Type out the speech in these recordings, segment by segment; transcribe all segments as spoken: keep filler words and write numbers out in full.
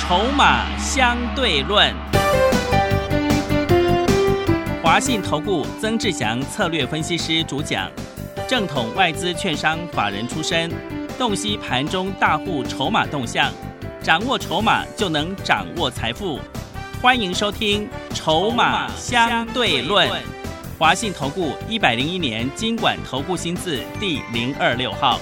筹码相对论。华信投顾曾志祥策略分析师主讲，正统外资券商法人出身，洞悉盘中大户筹码动向，掌握筹码就能掌握财富。欢迎收听《筹码相对论》。华信投顾一百零一年金管投顾新字第零二六号。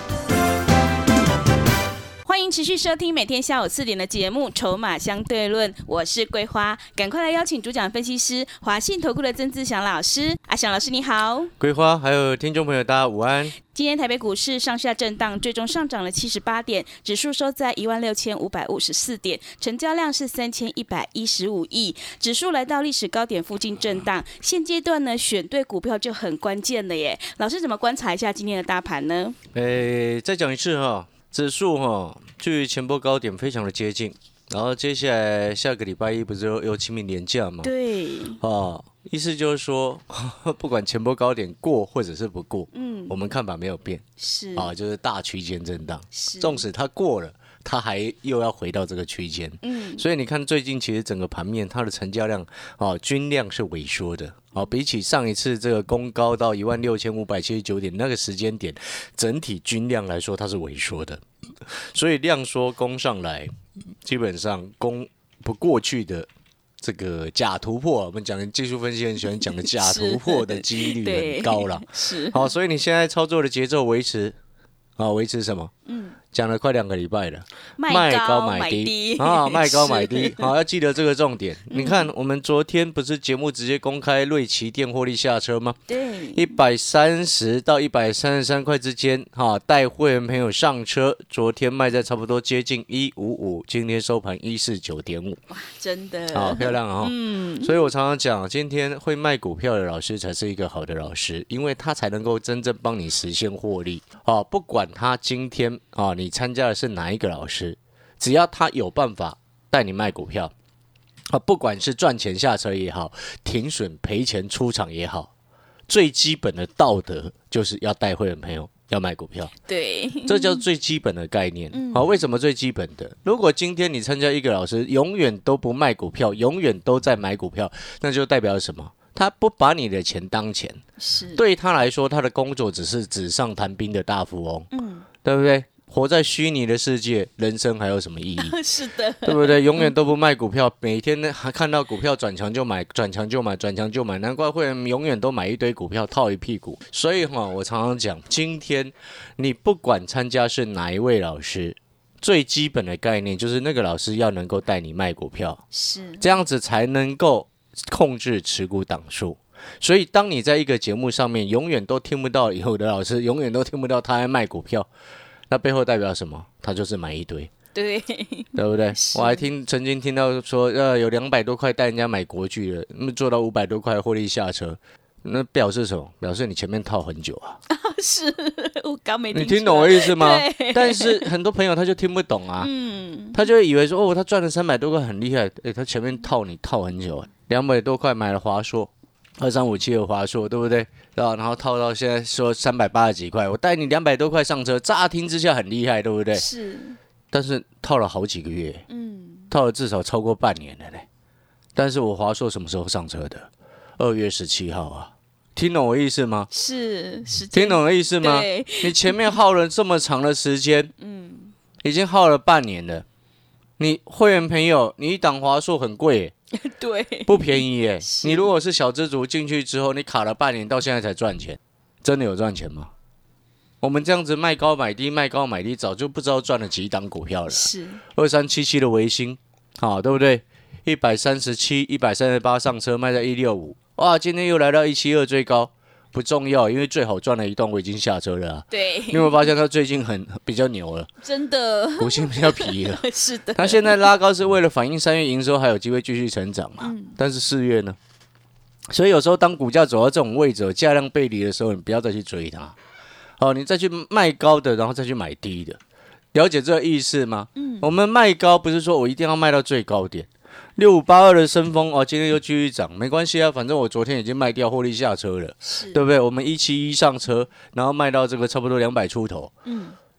欢迎持续收听每天下午四点的节目《筹码相对论》，我是桂花，赶快来邀请主讲分析师华信投顾的曾志祥老师。阿祥老师你好。 桂花还有听众朋友大家午安。 今天台北股市上下震荡，最终上涨了七十八点，指数收在一万六千五百五十四点，成交量是三千一百一十五亿，指数来到历史高点附近震荡。现阶段呢，选对股票就很关键了耶。老师怎么观察一下今天的大盘呢？ 诶，再讲一次哈，指数哈距前波高点非常的接近，然后接下来下个礼拜一不是有清明连假吗？ 对， 哦，意思就是说，不管前波高点过或者是不过， 嗯， 我们看法没有变， 是啊，就是大区间震荡， 是， 纵使它过了，它还又要回到这个区间， 嗯， 所以你看最近其实整个盘面它的成交量啊均量是萎缩的，啊，比起上一次这个攻高到一万六千五百七十九点那个时间点，整体均量来说它是萎缩的，所以量缩攻上来，基本上攻不过去的。这个假突破，我们讲技术分析很喜欢讲的假突破的几率很高了， 是好，所以你现在操作的节奏维持，啊，维持什么？嗯，讲了快两个礼拜了， 卖高买低， 买低啊，卖高买低，好，要记得这个重点。你看，我们昨天不是节目直接公开瑞奇电获利下车吗？ 对， 一百三十到一百三十三块之间，哈，带会员朋友上车。昨天卖在差不多接近一五五，今天收盘一四九点五， 哇，真的， 好漂亮啊！ 嗯， 所以我常常讲，今天会卖股票的老师才是一个好的老师，因为他才能够真正帮你实现获利。啊，不管他今天啊，你参加的是哪一个老师，只要他有办法带你卖股票，啊，不管是赚钱下车也好，停损赔钱出场也好，最基本的道德就是要带会员朋友要卖股票， 对， 这叫最基本的概念。好，为什么最基本的？如果今天你参加一个老师，永远都不卖股票，永远都在买股票，那就代表什么？他不把你的钱当钱， 是对他来说，他的工作只是纸上谈兵的大富翁， 嗯， 对不对？活在虚拟的世界，人生还有什么意义？ 是的， 对不对？永远都不卖股票，每天呢还看到股票转强就买，转强就买，转强就买，难怪会员永远都买一堆股票套一屁股。所以哈，我常常讲，今天你不管参加是哪一位老师，最基本的概念就是那个老师要能够带你卖股票， 是这样子才能够控制持股档数。所以当你在一个节目上面永远都听不到，有的老师永远都听不到他在卖股票，那背后代表什么？他就是买一堆， 对， 对不对？我还听曾经听到说，呃，有两百多块带人家买国巨的，那么做到五百多块获利下车，那表示什么？表示你前面套很久啊。 是我刚没听， 你听懂我意思吗？但是很多朋友他就听不懂啊，嗯，他就会以为说，哦，他赚了三百多块很厉害，诶，他前面套你套很久，两百多块买了华硕。二三五七的华硕，对不对？然后套到现在说三百八十几块，我带你两百多块上车，乍听之下很厉害，对不对？ 是， 但是套了好几个月， 嗯， 套了至少超过半年了嘞。但是我华硕什么时候上车的？二月十七号啊，听懂我意思吗？ 是， 听懂我意思吗？ 对， 你前面耗了这么长的时间，嗯，已经耗了半年了。你会员朋友，你一档华硕很贵耶。 对， 不便宜耶！你如果是小资族进去之后，你卡了半年，到现在才赚钱，真的有赚钱吗？我们这样子卖高买低，卖高买低，早就不知道赚了几档股票了。 是二三七七的微星，好，对不对？一百三十七、一百三十八上车，卖在一六五，哇，今天又来到一七二最高。不重要，因为最好赚的一段我已经下车了、啊。 对， 你有没有发现他最近很比较牛了？ 真的， 股性比较疲了。 是的， 他现在拉高是为了反映三月营收还有机会继续成长嘛？嗯、但是四月呢？所以有时候当股价走到这种位置，价量背离的时候，你不要再去追它。好，你再去卖高的，然后再去买低的，了解这个意思吗？嗯，我们卖高不是说我一定要卖到最高点。六五八二的升风哦，今天又继续涨，没关系啊，反正我昨天已经卖掉获利下车了，对不对？我们一七一上车，然后卖到这个差不多两百出头，嗯，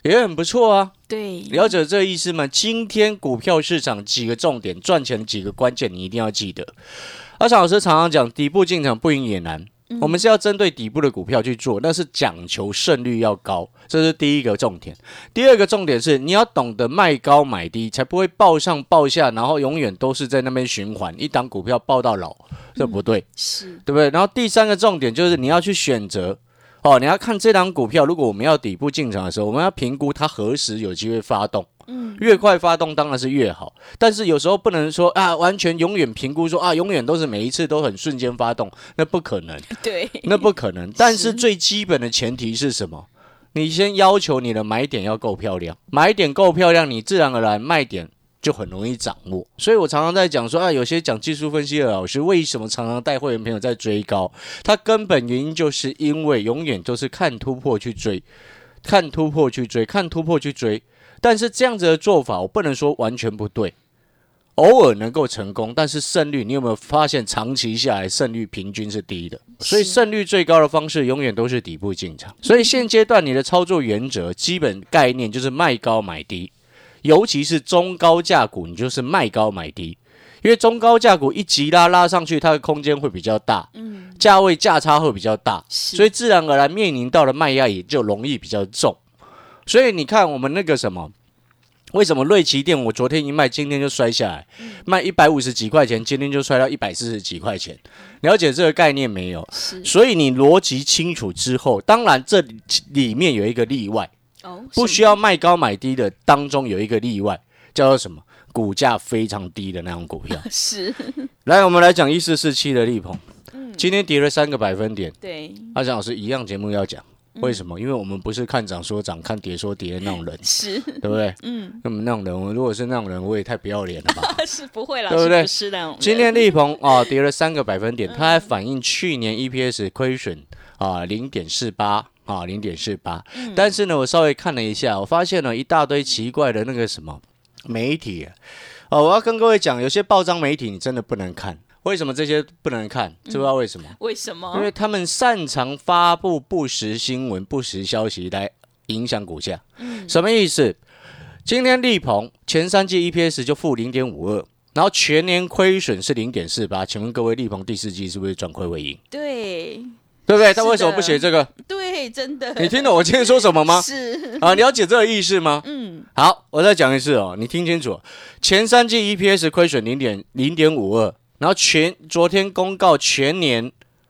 也很不错啊。 对， 了解这个意思吗？今天股票市场几个重点赚钱的几个关键，你一定要记得。阿强老师常常讲，底部进场不赢也难。嗯、我们是要针对底部的股票去做，那是讲求胜率要高，这是第一个重点。第二个重点是你要懂得卖高买低，才不会抱上抱下，然后永远都是在那边循环，一档股票抱到老，这不对，嗯、 是对不对？然后第三个重点就是你要去选择。哦，你要看这档股票，如果我们要底部进场的时候，我们要评估它何时有机会发动。嗯，越快发动当然是越好，但是有时候不能说啊，完全永远评估说啊，永远都是每一次都很瞬间发动，那不可能。 对， 那不可能。但是最基本的前提是什么？你先要求你的买点要够漂亮，买点够漂亮，你自然而然卖点就很容易掌握。所以我常常在讲说啊，有些讲技术分析的老师为什么常常带会员朋友在追高？他根本原因就是因为永远都是看突破去追，看突破去追，看突破去追。但是这样子的做法，我不能说完全不对，偶尔能够成功，但是胜率你有没有发现长期下来胜率平均是低的？所以胜率最高的方式永远都是底部进场。所以现阶段你的操作原则基本概念就是卖高买低。尤其是中高价股，你就是卖高买低，因为中高价股一急拉拉上去，它的空间会比较大，嗯，价位价差会比较大，所以自然而然面临到的卖压也就容易比较重。所以你看我们那个什么，为什么瑞奇电我昨天一卖，今天就摔下来，嗯、卖一百五十几块钱，今天就摔到一百四十几块钱，了解这个概念没有？所以你逻辑清楚之后，当然这里面有一个例外。不需要卖高买低的当中有一个例外，叫做什么？股价非常低的那种股票。 是。 来，我们来讲一四四七的立鹏，嗯、今天跌了三个百分点。 对。 阿翔老师一样节目要讲，为什么？嗯、因为我们不是看涨说涨，看跌说跌的那种人， 是，对不对？嗯。那么那种人，我如果是那种人，我也太不要脸了吧？ 是不会啦， 对不对？ 不是那种人。 今天立鹏啊跌了三个百分点，它还反映去年 E P S 亏损啊零点四八。啊，零点四八，但是呢，我稍微看了一下，我发现了一大堆奇怪的那个什么媒体，哦，我要跟各位讲，有些报章媒体你真的不能看，为什么这些不能看？知不知道为什么？ 嗯、为什么？ 因为他们擅长发布不实新闻、不实消息来影响股价。嗯、什么意思？今天立鹏前三季 E P S 就负零点五二。然后全年亏损是零点四八，请问各位，立鹏第四季是不是转亏为盈？ 对。 对不对？他为什么不写这个？ 对，真的。 你听懂我今天说什么吗？ 是啊，了解这个意思吗？嗯。好，我再讲一次哦，你听清楚。前三季 E P S 亏损零点零点五二，然后全昨天公告全年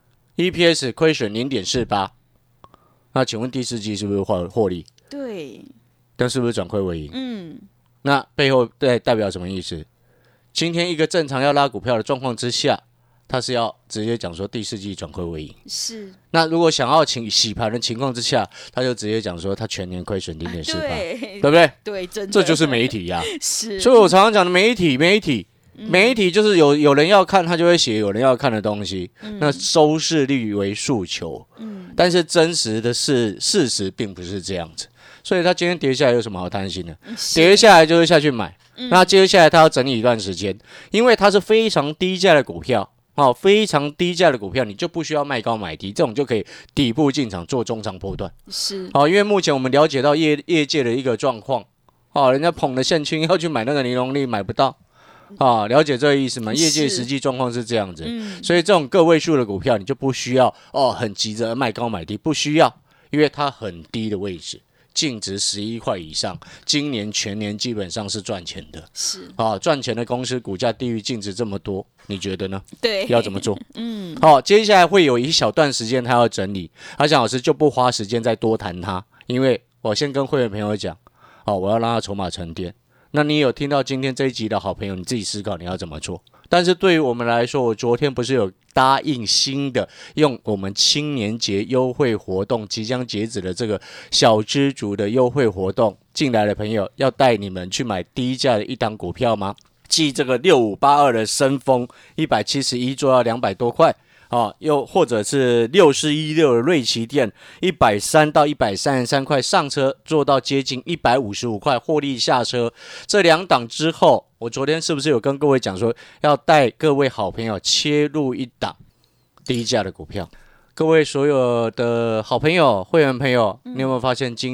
E P S 亏损零点四八。那请问第四季是不是获获利？ 对。 但是不是转亏为盈？嗯。那背后代代表什么意思？今天一个正常要拉股票的状况之下。他是要直接讲说第四季转亏为盈， 是。 那如果想要请洗盘的情况之下，他就直接讲说他全年亏损零点四八，对不对？ 对，真的， 这就是媒体呀、啊。 是。 所以我常常讲的媒体，媒体，嗯、媒体就是有有人要看，他就会写有人要看的东西，嗯、那收视率为诉求。嗯。但是真实的是事实并不是这样子，所以他今天跌下来有什么好担心的？跌下来就是下去买，嗯、那接下来他要整理一段时间，因为它是非常低价的股票。哦，非常低价的股票，你就不需要卖高买低，这种就可以底部进场做中长波段。 是， 哦，因为目前我们了解到业业界的一个状况，哦，人家捧的现金要去买那个尼龙利买不到，啊，了解这个意思吗？业界实际状况是这样子，嗯、所以这种个位数的股票，你就不需要哦，很急着卖高买低，不需要，因为它很低的位置。净值十一块以上，今年全年基本上是赚钱的。 是啊，赚钱的公司股价低于净值这么多，你觉得呢？ 对， 要怎么做？嗯，好、哦，接下来会有一小段时间他要整理，阿翔老师就不花时间再多谈他，因为我先跟会员朋友讲，哦，我要让他筹码沉淀。那你有听到今天这一集的好朋友，你自己思考你要怎么做。但是对于我们来说，我昨天不是有答应新的用我们青年节优惠活动即将截止的这个小资族的优惠活动进来的朋友，要带你们去买低价的一档股票吗？继这个六五八二的升丰一百七十一做到两百多块。哦，又或者是六四一六的瑞奇电一百三到一百三十三块上车，做到接近一百五十五块获利下车。这两档之后，我昨天是不是有跟各位讲说，要带各位好朋友切入一档低价的股票？各位所有的好朋友、会员朋友，你有没有发现今天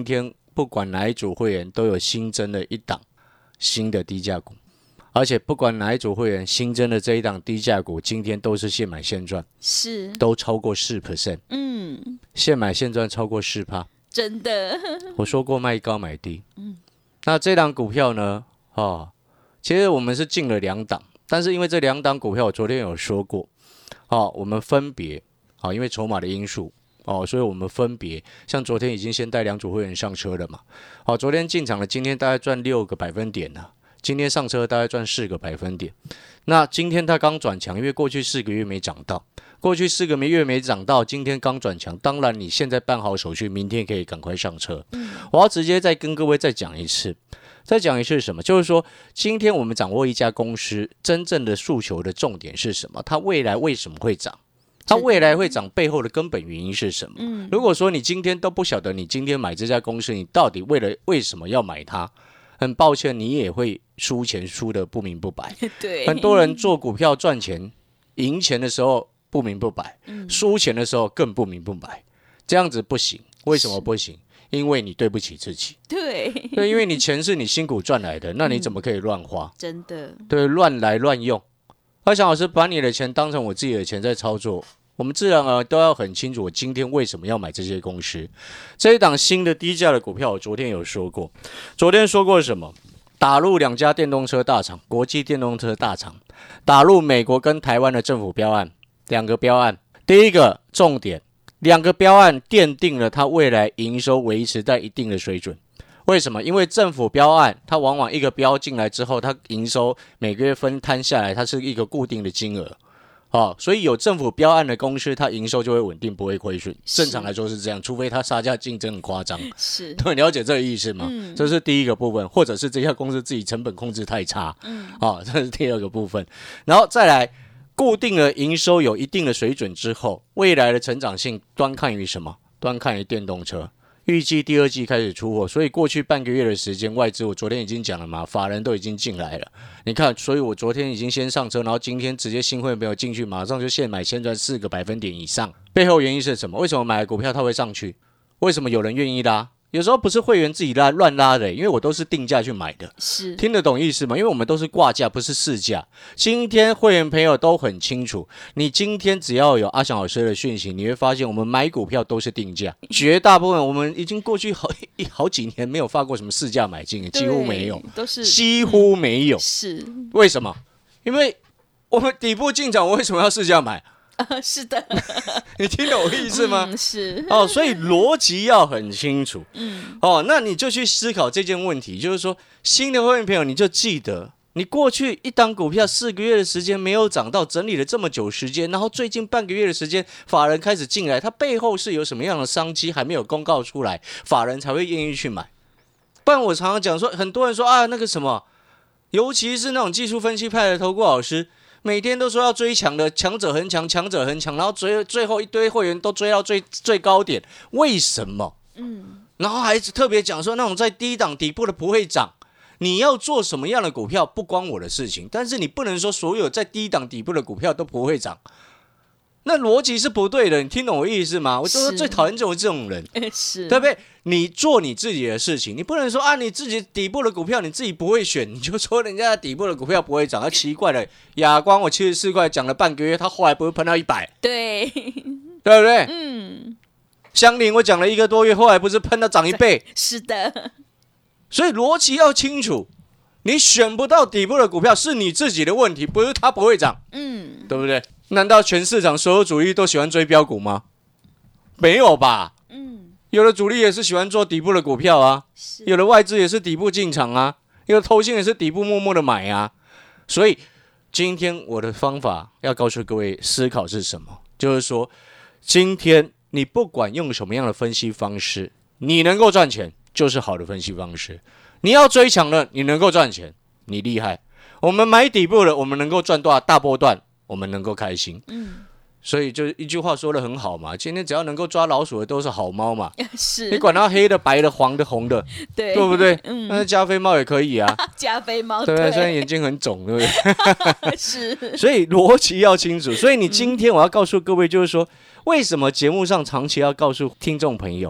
不管哪一组会员都有新增的一档新的低价股，而且不管哪一组会员新增的这一档低价股，今天都是现买现赚， 是都超过 百分之四， 嗯， 现买现赚超过 百分之四， 真的， 我说过卖高买低，嗯，那这档股票呢，哦，其实我们是进了两档，但是因为这两档股票我昨天有说过，哦，我们分别，哦，因为筹码的因素，哦，所以我们分别，像昨天已经先带两组会员上车了嘛，好、哦，昨天进场了，今天大概赚六个百分点了，今天上车大概赚四个百分点。那今天它刚转强，因为过去四个月没涨到，过去四个月没涨到，今天刚转强，当然你现在办好手续，明天可以赶快上车。嗯、我要直接再跟各位再讲一次，再讲一次是什么？就是说，今天我们掌握一家公司真正的诉求的重点是什么？它未来为什么会涨？它未来会涨背后的根本原因是什么？嗯、如果说你今天都不晓得你今天买这家公司，你到底为了为什么要买它？很抱歉，你也会输钱输得不明不白。 对， 很多人做股票赚钱、赢钱的时候不明不白，嗯、输钱的时候更不明不白，这样子不行。为什么不行？因为你对不起自己。 对， 对，因为你钱是你辛苦赚来的，那你怎么可以乱花？ 嗯、真的， 对，乱来乱用。阿翔老师把你的钱当成我自己的钱在操作。我们自然而然都要很清楚，我今天为什么要买这些公司。这一档新的低价的股票，我昨天有说过。昨天说过什么？打入两家电动车大厂，国际电动车大厂，打入美国跟台湾的政府标案，两个标案。第一个重点，两个标案奠定了它未来营收维持在一定的水准。为什么？因为政府标案，它往往一个标进来之后，它营收每个月分摊下来，它是一个固定的金额。哦，所以有政府标案的公司，它营收就会稳定，不会亏损。正常来说是这样，除非它杀价竞争很夸张。 是， 对，了解这个意思吗？嗯、这是第一个部分，或者是这家公司自己成本控制太差。嗯，哦，这是第二个部分。然后再来，固定的营收有一定的水准之后，未来的成长性端看于什么？端看于电动车。预计第二季开始出货，所以过去半个月的时间，外资我昨天已经讲了嘛，法人都已经进来了。你看，所以我昨天已经先上车，然后今天直接新会没有进去，马上就现买现赚四个百分点以上。背后原因是什么？为什么买股票它会上去？为什么有人愿意拉？有时候不是会员自己拉乱拉的，因为我都是定价去买的， 是听得懂意思吗？因为我们都是挂价，不是市价。今天会员朋友都很清楚，你今天只要有阿翔老师的讯息，你会发现我们买股票都是定价，绝大部分我们已经过去好好几年没有发过什么市价买进，几乎没有， 都是几乎没有。 嗯、是为什么？因为我们底部进场，我为什么要市价买？ 呃、是的， 你听懂我意思吗？ 嗯、是哦，所以逻辑要很清楚。嗯，哦，那你就去思考这件问题，就是说，新的会员朋友，你就记得，你过去一档股票四个月的时间没有涨到，整理了这么久时间，然后最近半个月的时间，法人开始进来，它背后是有什么样的商机还没有公告出来，法人才会愿意去买。不然我常常讲说，很多人说啊，那个什么，尤其是那种技术分析派的投顾老师。每天都说要追强的，强者恒强，强者恒强，然后追最后一堆会员都追到最最高点，为什么？嗯，然后还特别讲说那种在低档底部的不会涨，你要做什么样的股票不关我的事情，但是你不能说所有在低档底部的股票都不会涨，那逻辑是不对的，你听懂我意思吗？我就是最讨厌这种这种人， 是对不对？你做你自己的事情，你不能说啊，你自己底部的股票你自己不会选，你就说人家底部的股票不会涨。啊，奇怪了，亚光我七十四块讲了半个月，他后来不会喷到一百， 对， 对不对？嗯。香菱我讲了一个多月，后来不是喷到涨一倍？ 是的。 所以逻辑要清楚，你选不到底部的股票是你自己的问题，不是它不会涨。嗯，对不对？难道全市场所有主力都喜欢追标股吗？没有吧。嗯。有的主力也是喜欢做底部的股票啊，有的外资也是底部进场啊，有的投信也是底部默默的买啊。所以今天我的方法要告诉各位思考是什么，就是说今天你不管用什么样的分析方式，你能够赚钱就是好的分析方式。你要追强的，你能够赚钱，你厉害。我们买底部的，我们能够赚多少大波段，我们能够开心。嗯。所以就一句话说得很好嘛，今天只要能够抓老鼠的都是好猫嘛， 是你管它黑的、白的、黄的、红的， 对， 对不对？嗯，那加菲猫也可以啊， 加菲猫， 对不对？虽然眼睛很肿，对不对？ 是， 所以逻辑要清楚。所以你今天我要告诉各位，就是说，为什么节目上长期要告诉听众朋友，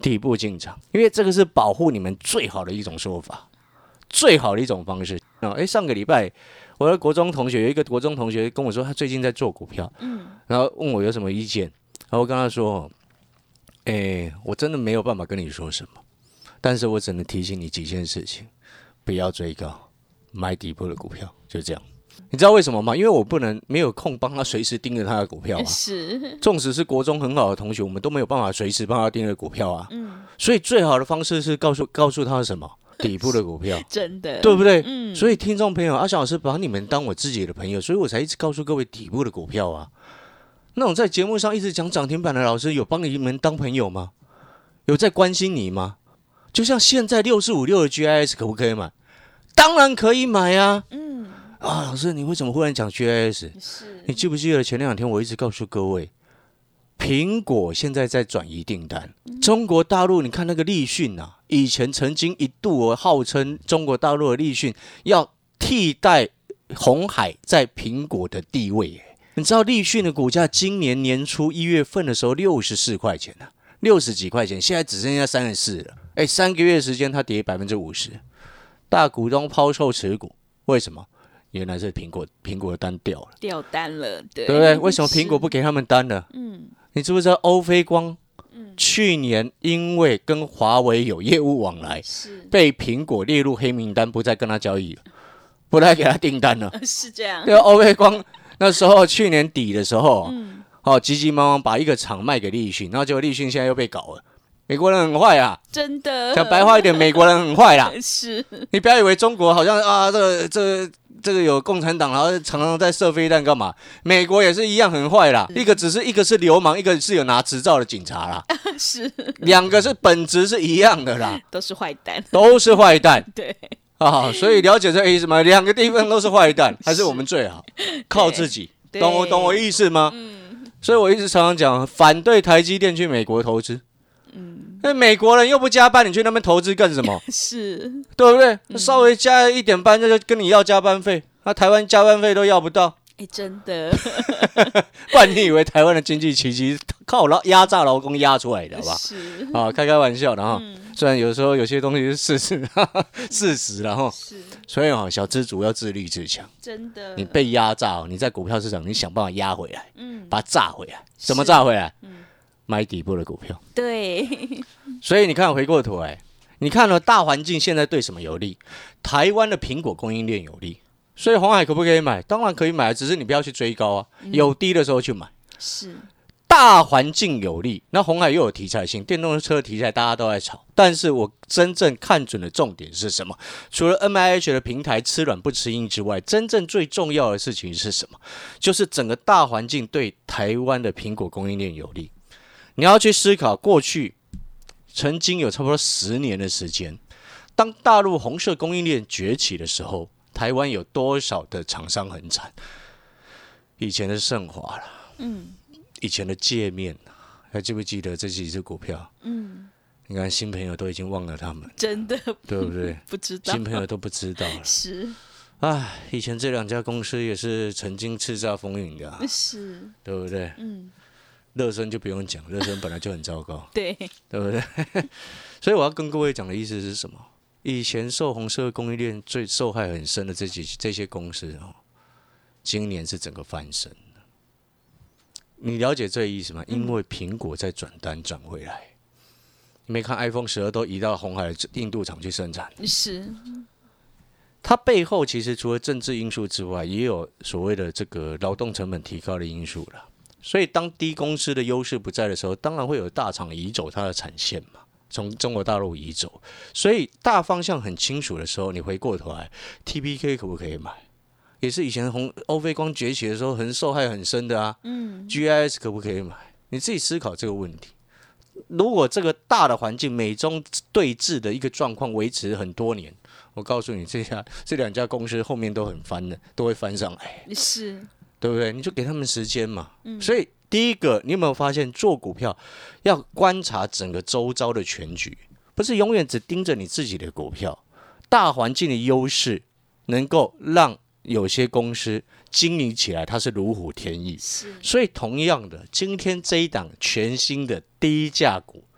底部进场，因为这个是保护你们最好的一种说法，最好的一种方式。啊，哎，上个礼拜我的国中同学有一个国中同学跟我说，他最近在做股票，嗯，然后问我有什么意见，然后我跟他说，哎，我真的没有办法跟你说什么，但是我只能提醒你几件事情，不要追高，买底部的股票，就这样。你知道为什么吗？因为我不能没有空帮他随时盯着他的股票啊。 是， 纵使是国中很好的同学，我们都没有办法随时帮他盯着股票啊。嗯，所以最好的方式是告诉告诉他什么？底部的股票， 真的， 对不对？ 嗯。 所以听众朋友，阿翔老师把你们当我自己的朋友，所以我才一直告诉各位底部的股票啊。那种在节目上一直讲涨停板的老师，有帮你们当朋友吗？有在关心你吗？就像现在六四五六的 G I S 可不可以买？当然可以买啊。嗯。啊，老师，你为什么忽然讲 G I S？ 你记不记得前两天我一直告诉各位，苹果现在在转移订单。嗯、中国大陆，你看那个立讯啊，以前曾经一度我号称中国大陆的立讯要替代鸿海在苹果的地位耶。你知道立讯的股价今年年初一月份的时候六十四块钱啊，六十几块钱，现在只剩下三十四了。哎，三个月时间它跌百分之五十，大股东抛售持股，为什么？原来是苹果苹果的单掉了， 掉单了，对， 对不对？为什么苹果不给他们单了？嗯，你知不知道欧菲光、嗯、去年因为跟华为有业务往来，被苹果列入黑名单，不再跟他交易了，不再给他订单了。 是这样。 对，欧菲光那时候去年底的时候，嗯，哦，急急忙忙把一个厂卖给立讯，然后结果立讯现在又被搞了。美国人很坏啊， 真的。 讲白话一点，美国人很坏啦。 是， 你不要以为中国好像啊，这个这个这个有共产党，然后常常在射飞弹干嘛？美国也是一样很坏啦。一个只是一个是流氓，一个是有拿执照的警察啦。 是， 两个是本质是一样的啦， 都是坏蛋， 都是坏蛋。 对啊，所以了解这个意思吗？两个地方都是坏蛋，还是我们最好靠自己，懂我懂我意思吗？嗯。所以我一直常常讲，反对台积电去美国投资。嗯，那美国人又不加班，你去那边投资干什么？ 是， 对不对？嗯、稍微加一点班，就跟你要加班费，那台湾加班费都要不到。 哎，真的。 不然你以为台湾的经济奇迹靠劳压榨劳工压出来的，好吧？ 是啊，开开玩笑的哈。嗯、虽然有时候有些东西是事实，事实然后， 是。 所以哈，小资主要自立自强。 真的。 你被压榨，你在股票市场，你想办法压回来，嗯，把它炸回来。怎么炸回来？嗯。买底部的股票， 对， 所以你看回过头来，你看了大环境现在对什么有利？台湾的苹果供应链有利，所以鸿海可不可以买？当然可以买，只是你不要去追高啊，嗯、有低的时候去买。 是， 大环境有利，那鸿海又有题材性，电动车的题材大家都在炒，但是我真正看准的重点是什么？除了 M I H 的平台吃软不吃硬之外，真正最重要的事情是什么？就是整个大环境对台湾的苹果供应链有利。你要去思考，过去曾经有差不多十年的时间，当大陆红色供应链崛起的时候，台湾有多少的厂商很惨？以前的盛华啦，嗯，以前的界面，还记不记得这几只股票？嗯，你看新朋友都已经忘了他们， 真的， 对不对？ 不知道， 新朋友都不知道了。 是， 哎，以前这两家公司也是曾经叱咤风云的、啊， 是， 对不对？嗯。热身就不用讲，热身本来就很糟糕， 对， 对不对？所以我要跟各位讲的意思是什么？以前受红色供应链最受害很深的这几这些公司哦，今年是整个翻身的。你了解这个意思吗？因为苹果在转单转回来，你没看 iPhone 十二都移到鸿海的印度厂去生产， 是。 它背后其实除了政治因素之外，也有所谓的这个劳动成本提高的因素了。所以，当低公司的优势不在的时候，当然会有大厂移走它的产线嘛，从中国大陆移走。所以大方向很清楚的时候，你回过头来 ，T P K 可不可以买？也是以前红欧菲光崛起的时候很受害很深的啊。嗯 ，G I S 可不可以买？你自己思考这个问题。如果这个大的环境美中对峙的一个状况维持很多年，我告诉你，这家这两家公司后面都很翻的，都会翻上来。 是。 对不对？你就给他们时间嘛。嗯、所以第一个，你有没有发现做股票要观察整个周遭的全局，不是永远只盯着你自己的股票。大环境的优势能够让有些公司经营起来，它是如虎添翼。所以同样的，今天这一档全新的低价股，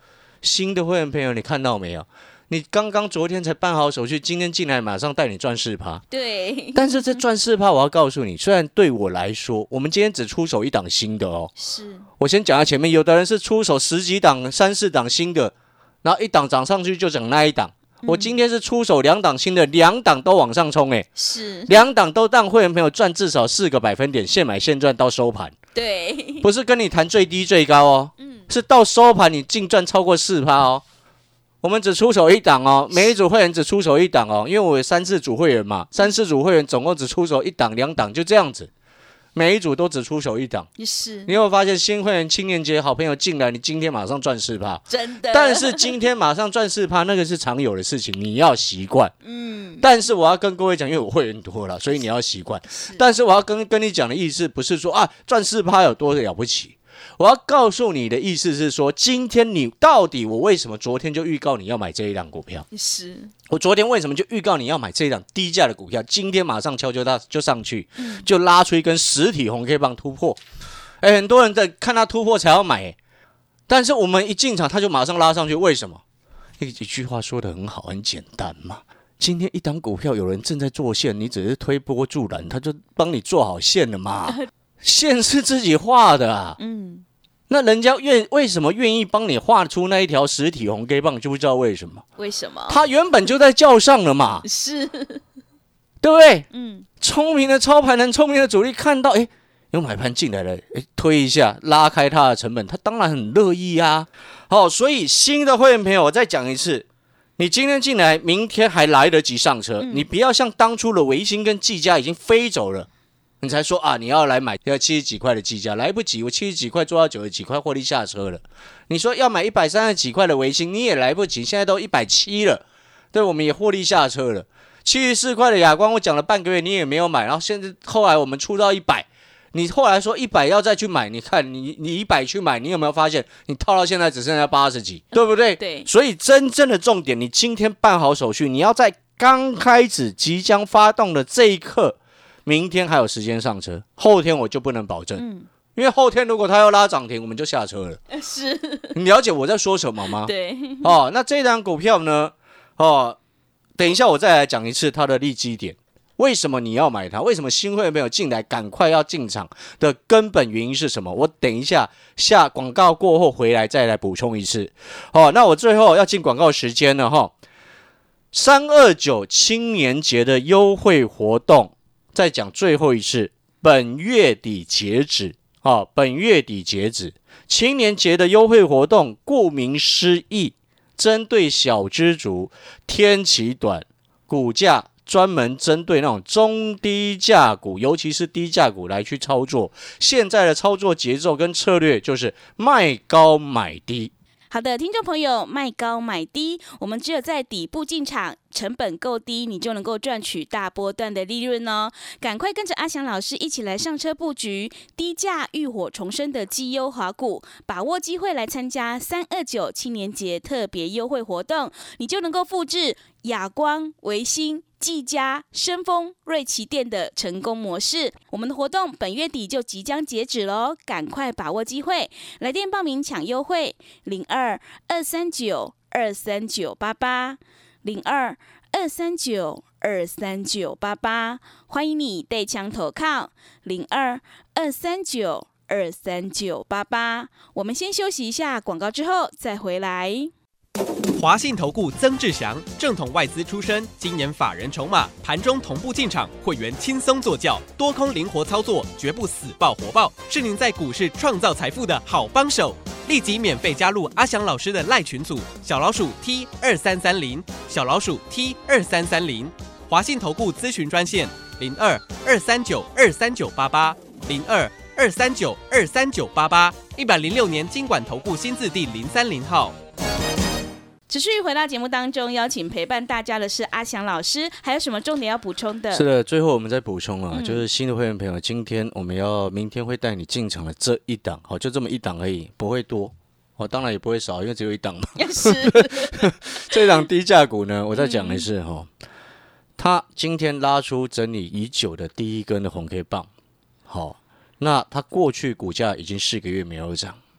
新的会员朋友，你看到没有？你刚刚昨天才办好手续，今天进来马上带你赚四趴。 对， 但是这赚四趴，我要告诉你，虽然对我来说，我们今天只出手一档新的哦。 是， 我先讲在前面，有的人是出手十几档、三四档新的，然后一档涨上去就整那一档。我今天是出手两档新的，两档都往上冲，哎， 是， 两档都让会员朋友赚至少四个百分点，现买现赚到收盘。 对， 不是跟你谈最低最高哦，嗯，是到收盘你净赚超过四趴哦。我们只出手一档哦，每一组会员只出手一档哦，因为我有三四组会员嘛，三四组会员总共只出手一档两档，就这样子，每一组都只出手一档。 是， 你有没有发现新会员青年节好朋友进来，你今天马上赚四趴， 真的。 但是今天马上赚四趴，那个是常有的事情，你要习惯。嗯，但是我要跟各位讲，因为我会员多了，所以你要习惯。但是我要跟跟你讲的意思，不是说啊赚四趴有多了不起。我要告诉你的意思是说，今天你到底我为什么昨天就预告你要买这一档股票？ 是我昨天为什么就预告你要买这一档低价的股票？今天马上敲就到就上去，就拉出一根实体红 K 棒突破。哎，很多人在看它突破才要买，但是我们一进场它就马上拉上去，为什么？一一句话说得很好，很简单嘛。今天一档股票有人正在做线，你只是推波助澜，他就帮你做好线了嘛。线是自己画的啊，嗯，那人家愿为什么愿意帮你画出那一条实体红 K 棒，就不知道为什么？ 为什么？ 他原本就在叫上了嘛， 是， 对不对？嗯，聪明的操盘人，聪明的主力看到，哎，有买盘进来了，哎，推一下，拉开他的成本，他当然很乐意啊。好，所以新的会员朋友，我再讲一次，你今天进来，明天还来得及上车，嗯、你不要像当初的微星跟技嘉已经飞走了。你才说啊，你要来买要七十几块的技嘉，来不及，我七十几块做到九十几块获利下车了。你说要买一百三十几块的微星，你也来不及，现在都一百七了，对，我们也获利下车了。七十四块的亚光，我讲了半个月，你也没有买，然后现在后来我们出到一百，你后来说一百要再去买，你看你你一百去买，你有没有发现你套到现在只剩下八十几，对不对？ 对。 所以真正的重点，你今天办好手续，你要在刚开始即将发动的这一刻。明天还有时间上车，后天我就不能保证，嗯、因为后天如果他要拉涨停，我们就下车了。 是， 你了解我在说什么吗？ 对。 哦，那这张股票呢？哦，等一下我再来讲一次它的利基点，为什么你要买它？为什么新会没有进来，赶快要进场的根本原因是什么？我等一下下广告过后回来再来补充一次。哦，那我最后要进广告时间了哈。三二九青年节的优惠活动。再讲最后一次，本月底截止啊、哦！本月底截止，青年节的优惠活动，顾名思义，针对小资族，天期短，股价专门针对那种中低价股，尤其是低价股来去操作。现在的操作节奏跟策略就是卖高买低。 好的，听众朋友，卖高买低，我们只有在底部进场，成本够低，你就能够赚取大波段的利润哦。赶快跟着阿翔老师一起来上车布局低价浴火重生的绩优华股，把握机会来参加三二九青年节特别优惠活动，你就能够复制亚光、微星、技嘉、深丰、瑞奇电的成功模式。我们的活动本月底就即将截止咯，赶快把握机会，来电报名抢优惠零二二三九二三九八八零二二三九二三九八八，欢迎你带枪投靠零二二三九二三九八八。我们先休息一下广告，之后再回来。 华信投顾曾志祥，正统外资出身，今年法人筹码，盘中同步进场，会员轻松做教，多空灵活操作，绝不死抱活抱，是您在股市创造财富的好帮手。立即免费加入阿翔老师的赖群组，小老鼠 T 二三三零，小老鼠 T 二三三零，华信投顾咨询专线零二二三九二三九八八零二二三九二三九八八，一百零六年金管投顾新字第零三零号。 持续回到节目当中，邀请陪伴大家的是阿翔老师，还有什么重点要补充的？ 是的，最后我们再补充啊，嗯、就是新的会员朋友，今天我们要明天会带你进场的这一档，好，就这么一档而已，不会多，哦，当然也不会少，因为只有一档嘛。 是这一档低价股呢，我再讲一次哈、嗯，它今天拉出整理已久的第一根的红 K 棒，好，那它过去股价已经四个月没有涨。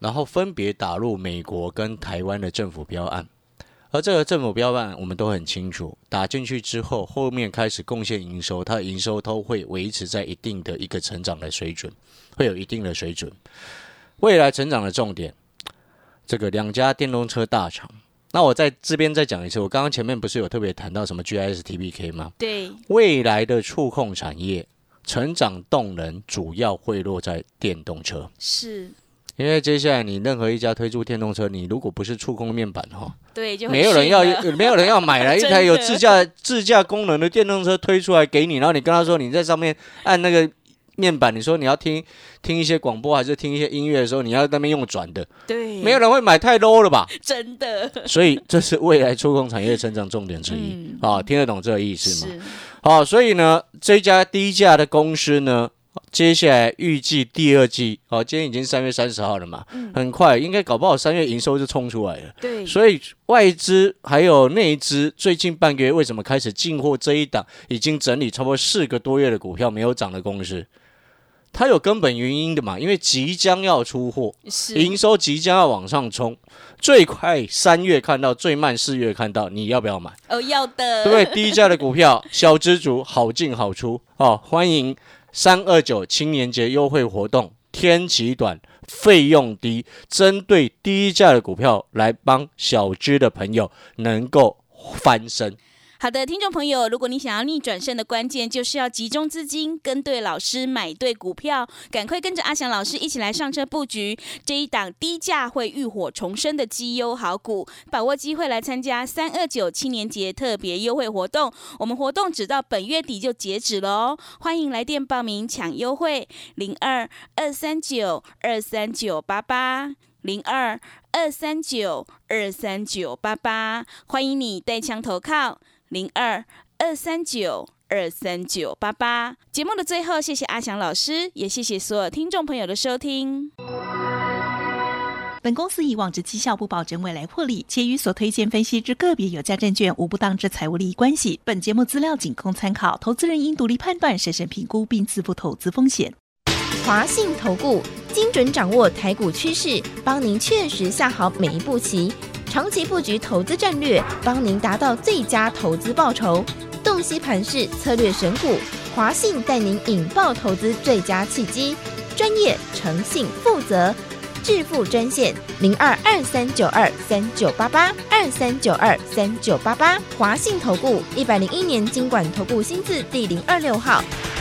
然后分别打入美国跟台湾的政府标案。而这个政府标案我们都很清楚，打进去之后，后面开始贡献营收，它的营收都会维持在一定的一个成长的水准，会有一定的水准。未来成长的重点，这个两家电动车大厂。那我在这边再讲一次，我刚刚前面不是有特别谈到什么 G I S T B K 吗？ 对， 未来的触控产业成长动能主要会落在电动车， 是。 因为接下来你任何一家推出电动车，你如果不是触控面板哈， 对，就没有人要，没有人要买来一台有自驾自驾功能的电动车推出来给你，然后你跟他说你在上面按那个面板，你说你要听听一些广播还是听一些音乐的时候，你要在那边用转的， 对， 没有人会买，太 low 了吧？ 真的。 所以这是未来触控产业成长重点之一，嗯哦、听得懂这个意思吗？好、哦，所以呢，这家低价的公司呢。接下来预计第二季，哦，今天已经三月三十号了嘛，嗯、很快应该搞不好三月营收就冲出来了。 对， 所以外资还有内资最近半个月为什么开始进货这一档已经整理差不多四个多月的股票没有涨的公司？它有根本原因的嘛，因为即将要出货，营收即将要往上冲，最快三月看到，最慢四月看到，你要不要买？ 哦，要的。 对不对？低价的股票，小资族好进好出哦，欢迎。三二九青年节优惠活动，天期短，费用低，针对低价的股票来帮小资的朋友能够翻身。 好的，听众朋友，如果你想要逆转胜的关键，就是要集中资金，跟对老师，买对股票，赶快跟着阿翔老师一起来上车布局这一档低价会浴火重生的绩优好股，把握机会来参加三二九青年节特别优惠活动。我们活动只到本月底就截止了哦，欢迎来电报名抢优惠，零二二三九二三九八八。零二二三九二三九八八，欢迎你带枪投靠零二二三九二三九八八。节目的最后，谢谢阿翔老师，也谢谢所有听众朋友的收听。 本公司以往之绩效不保证未来获利，且与所推荐分析之个别有价证券无不当之财务利益关系。本节目资料仅供参考，投资人应独立判断、审慎评估并自负投资风险。 华信投顾精准掌握台股趋势，帮您确实下好每一步棋，长期布局投资战略，帮您达到最佳投资报酬。洞悉盘势，策略选股，华信带您引爆投资最佳契机，专业、诚信、负责。致富专线零二二三九二三九八八二三九二三九八八，华信投顾一百零一年金管投顾新字第零二六号。